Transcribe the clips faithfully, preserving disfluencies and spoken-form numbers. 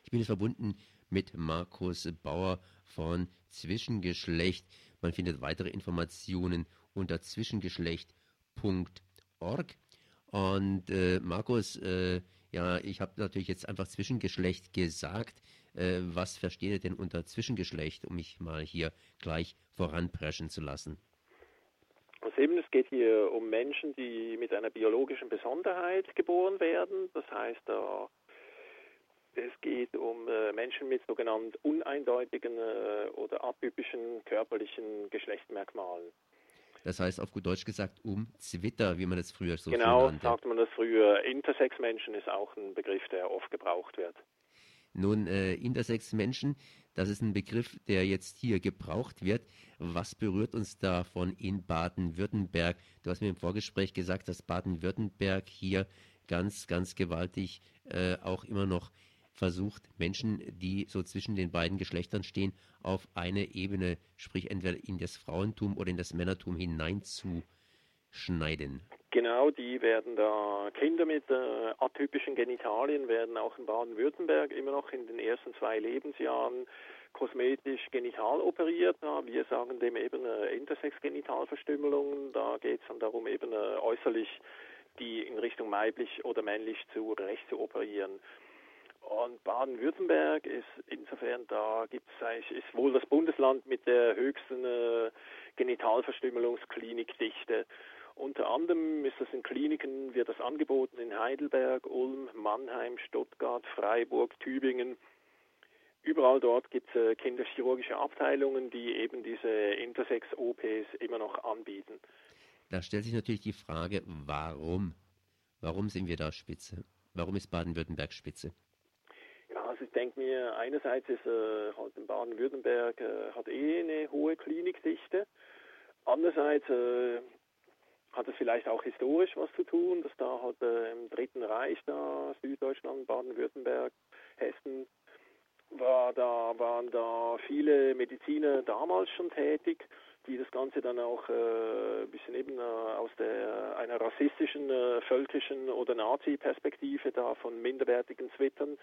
Ich bin jetzt verbunden mit Markus Bauer von Zwischengeschlecht. Man findet weitere Informationen unter zwischengeschlecht punkt org. Und äh, Markus, äh, ja, ich habe natürlich jetzt einfach Zwischengeschlecht gesagt. Äh, was versteht ihr denn unter Zwischengeschlecht, um mich mal hier gleich voranpreschen zu lassen? Also eben, es geht hier um Menschen, die mit einer biologischen Besonderheit geboren werden. Das heißt, da es geht um äh, Menschen mit sogenannt uneindeutigen äh, oder atypischen körperlichen Geschlechtsmerkmalen. Das heißt auf gut Deutsch gesagt um Zwitter, wie man das früher so Genau, schön nannte. sagte man das früher. Intersex-Menschen ist auch ein Begriff, der oft gebraucht wird. Nun, äh, Intersex-Menschen, das ist ein Begriff, der jetzt hier gebraucht wird. Was berührt uns davon in Baden-Württemberg? Du hast mir im Vorgespräch gesagt, dass Baden-Württemberg hier ganz, ganz gewaltig äh, auch immer noch versucht, Menschen, die so zwischen den beiden Geschlechtern stehen, auf eine Ebene, sprich entweder in das Frauentum oder in das Männertum hineinzuschneiden. Genau, die werden da, Kinder mit äh, atypischen Genitalien werden auch in Baden-Württemberg immer noch in den ersten zwei Lebensjahren kosmetisch genital operiert. Ja, wir sagen dem eben äh, Intersex-Genitalverstümmelung. Da geht es dann darum, eben äh, äußerlich die in Richtung weiblich oder männlich zurecht zu operieren. Und Baden-Württemberg ist insofern, da gibt es eigentlich, ist wohl das Bundesland mit der höchsten äh, Genitalverstümmelungsklinikdichte. Unter anderem ist das in Kliniken, wird das angeboten in Heidelberg, Ulm, Mannheim, Stuttgart, Freiburg, Tübingen. Überall dort gibt es äh, kinderchirurgische Abteilungen, die eben diese Intersex-O Ps immer noch anbieten. Da stellt sich natürlich die Frage, warum? Warum sind wir da Spitze? Warum ist Baden-Württemberg Spitze? Ja, also ich denke mir, einerseits ist äh, halt in Baden-Württemberg äh, hat eh eine hohe Klinikdichte. Andererseits äh, hat es vielleicht auch historisch was zu tun, dass da halt äh, im Dritten Reich, da Süddeutschland, Baden-Württemberg, Hessen, war da, waren da viele Mediziner damals schon tätig, die das Ganze dann auch äh, ein bisschen eben äh, aus der einer rassistischen, äh, völkischen oder Nazi-Perspektive da von minderwertigen Zwittern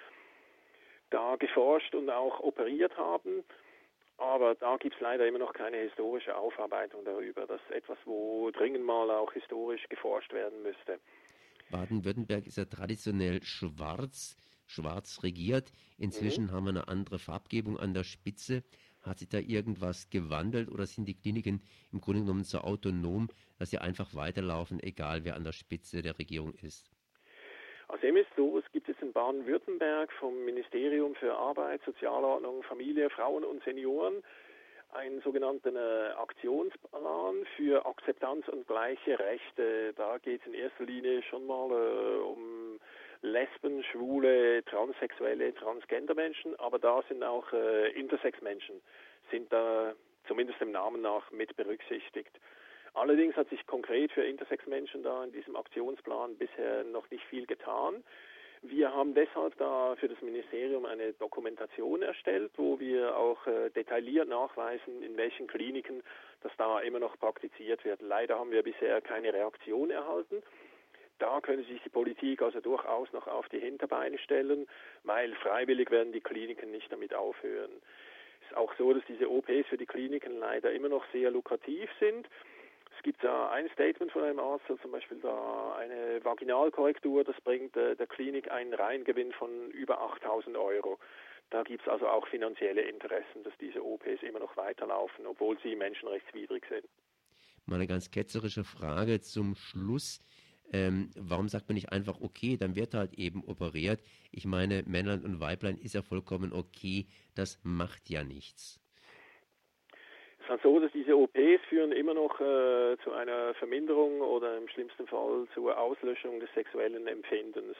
da geforscht und auch operiert haben. Aber da gibt es leider immer noch keine historische Aufarbeitung darüber. Das ist etwas, wo dringend mal auch historisch geforscht werden müsste. Baden-Württemberg ist ja traditionell schwarz, schwarz regiert. Inzwischen mhm. haben wir eine andere Farbgebung an der Spitze. Hat sich da irgendwas gewandelt oder sind die Kliniken im Grunde genommen so autonom, dass sie einfach weiterlaufen, egal wer an der Spitze der Regierung ist? Also eben ist so, es gibt jetzt in Baden-Württemberg vom Ministerium für Arbeit, Sozialordnung, Familie, Frauen und Senioren einen sogenannten äh, Aktionsplan für Akzeptanz und gleiche Rechte. Da geht es in erster Linie schon mal äh, um Lesben, Schwule, Transsexuelle, Transgender-Menschen, aber da sind auch äh, Intersex-Menschen, sind da zumindest dem Namen nach mit berücksichtigt. Allerdings hat sich konkret für Intersex-Menschen da in diesem Aktionsplan bisher noch nicht viel getan. Wir haben deshalb da für das Ministerium eine Dokumentation erstellt, wo wir auch äh, detailliert nachweisen, in welchen Kliniken das da immer noch praktiziert wird. Leider haben wir bisher keine Reaktion erhalten. Da könnte sich die Politik also durchaus noch auf die Hinterbeine stellen, weil freiwillig werden die Kliniken nicht damit aufhören. Es ist auch so, dass diese O Ps für die Kliniken leider immer noch sehr lukrativ sind. Es gibt da ein Statement von einem Arzt, zum Beispiel da eine Vaginalkorrektur, das bringt äh, der Klinik einen Reingewinn von über achttausend Euro. Da gibt es also auch finanzielle Interessen, dass diese O Ps immer noch weiterlaufen, obwohl sie menschenrechtswidrig sind. Mal eine ganz ketzerische Frage zum Schluss. Ähm, warum sagt man nicht einfach, okay, dann wird halt eben operiert? Ich meine, Männlein und Weiblein ist ja vollkommen okay, das macht ja nichts. Es ist halt so, dass diese O Ps führen immer noch äh, zu einer Verminderung oder im schlimmsten Fall zur Auslöschung des sexuellen Empfindens.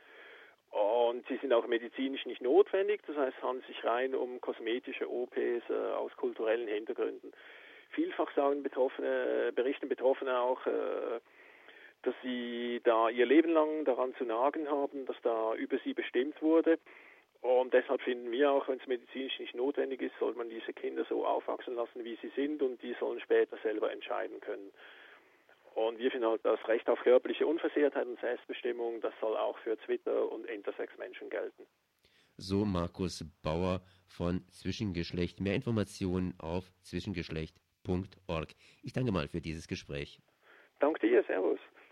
Und sie sind auch medizinisch nicht notwendig, das heißt, es handelt sich rein um kosmetische O Ps äh, aus kulturellen Hintergründen. Vielfach sagen Betroffene, berichten Betroffene auch, äh, dass sie da ihr Leben lang daran zu nagen haben, dass da über sie bestimmt wurde. Und deshalb finden wir auch, wenn es medizinisch nicht notwendig ist, soll man diese Kinder so aufwachsen lassen, wie sie sind, und die sollen später selber entscheiden können. Und wir finden halt, das Recht auf körperliche Unversehrtheit und Selbstbestimmung, das soll auch für Zwitter- und Intersex-Menschen gelten. so Markus Bauer von Zwischengeschlecht. Mehr Informationen auf zwischengeschlecht punkt org. Ich danke mal für dieses Gespräch. Danke dir, servus.